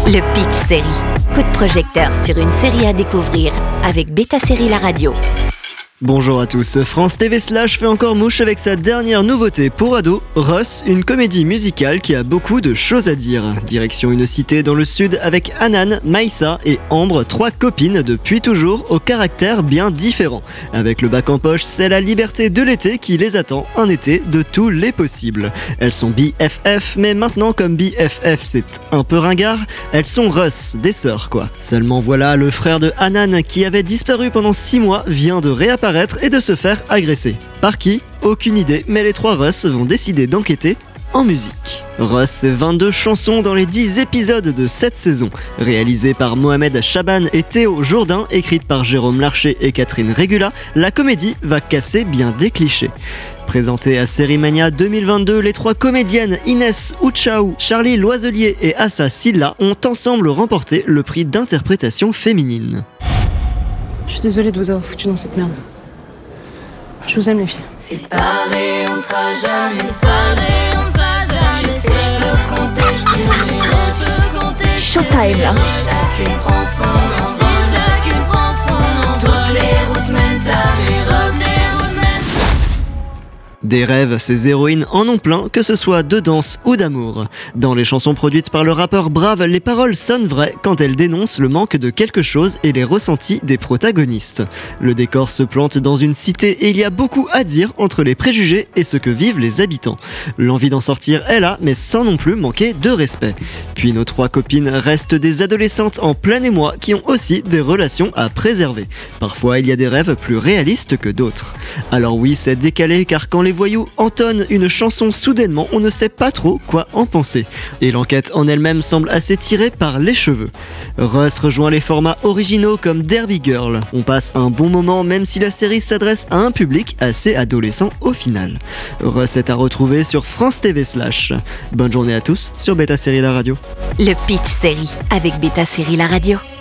Le Pitch Série. Coup de projecteur sur une série à découvrir avec Beta Série La Radio. Bonjour à tous, France TV Slash fait encore mouche avec sa dernière nouveauté pour ados, Russ, une comédie musicale qui a beaucoup de choses à dire. Direction une cité dans le sud avec Hanan, Maïssa et Ambre, 3 copines depuis toujours au caractère bien différent. Avec le bac en poche, c'est la liberté de l'été qui les attend, un été de tous les possibles. Elles sont BFF, mais maintenant comme BFF c'est un peu ringard, elles sont Russ, des sœurs quoi. Seulement voilà, le frère de Hanan qui avait disparu pendant 6 mois vient de réapparaître et de se faire agresser. Par qui ? Aucune idée, mais les 3 Russ vont décider d'enquêter en musique. Russ, c'est 22 chansons dans les 10 épisodes de cette saison. Réalisée par Mohamed Chaban et Théo Jourdain, écrite par Jérôme Larcher et Catherine Régula, la comédie va casser bien des clichés. Présentée à Sérimania 2022, les 3 comédiennes Inès Ouchaou, Charlie Loiselier et Assa Silla ont ensemble remporté le prix d'interprétation féminine. Je suis désolée de vous avoir foutu dans cette merde. Je vous aime les filles. Séparés, on sera jamais séparés, on sera jamais. Je sais, je peux compter sur nous. Showtime là. Si chacune prend son nom, toutes les routes mènent à Véros. Des rêves, ces héroïnes en ont plein, que ce soit de danse ou d'amour. Dans les chansons produites par le rappeur Brave, les paroles sonnent vraies quand elles dénoncent le manque de quelque chose et les ressentis des protagonistes. Le décor se plante dans une cité et il y a beaucoup à dire entre les préjugés et ce que vivent les habitants. L'envie d'en sortir est là, mais sans non plus manquer de respect. Puis nos 3 copines restent des adolescentes en plein émoi qui ont aussi des relations à préserver. Parfois, il y a des rêves plus réalistes que d'autres. Alors oui, c'est décalé car quand les voyous entonnent une chanson soudainement, on ne sait pas trop quoi en penser. Et l'enquête en elle-même semble assez tirée par les cheveux. Russ rejoint les formats originaux comme Derby Girl. On passe un bon moment même si la série s'adresse à un public assez adolescent au final. Russ est à retrouver sur France TV Slash. Bonne journée à tous sur Beta Série La Radio. Le Pitch Série avec Beta Série La Radio.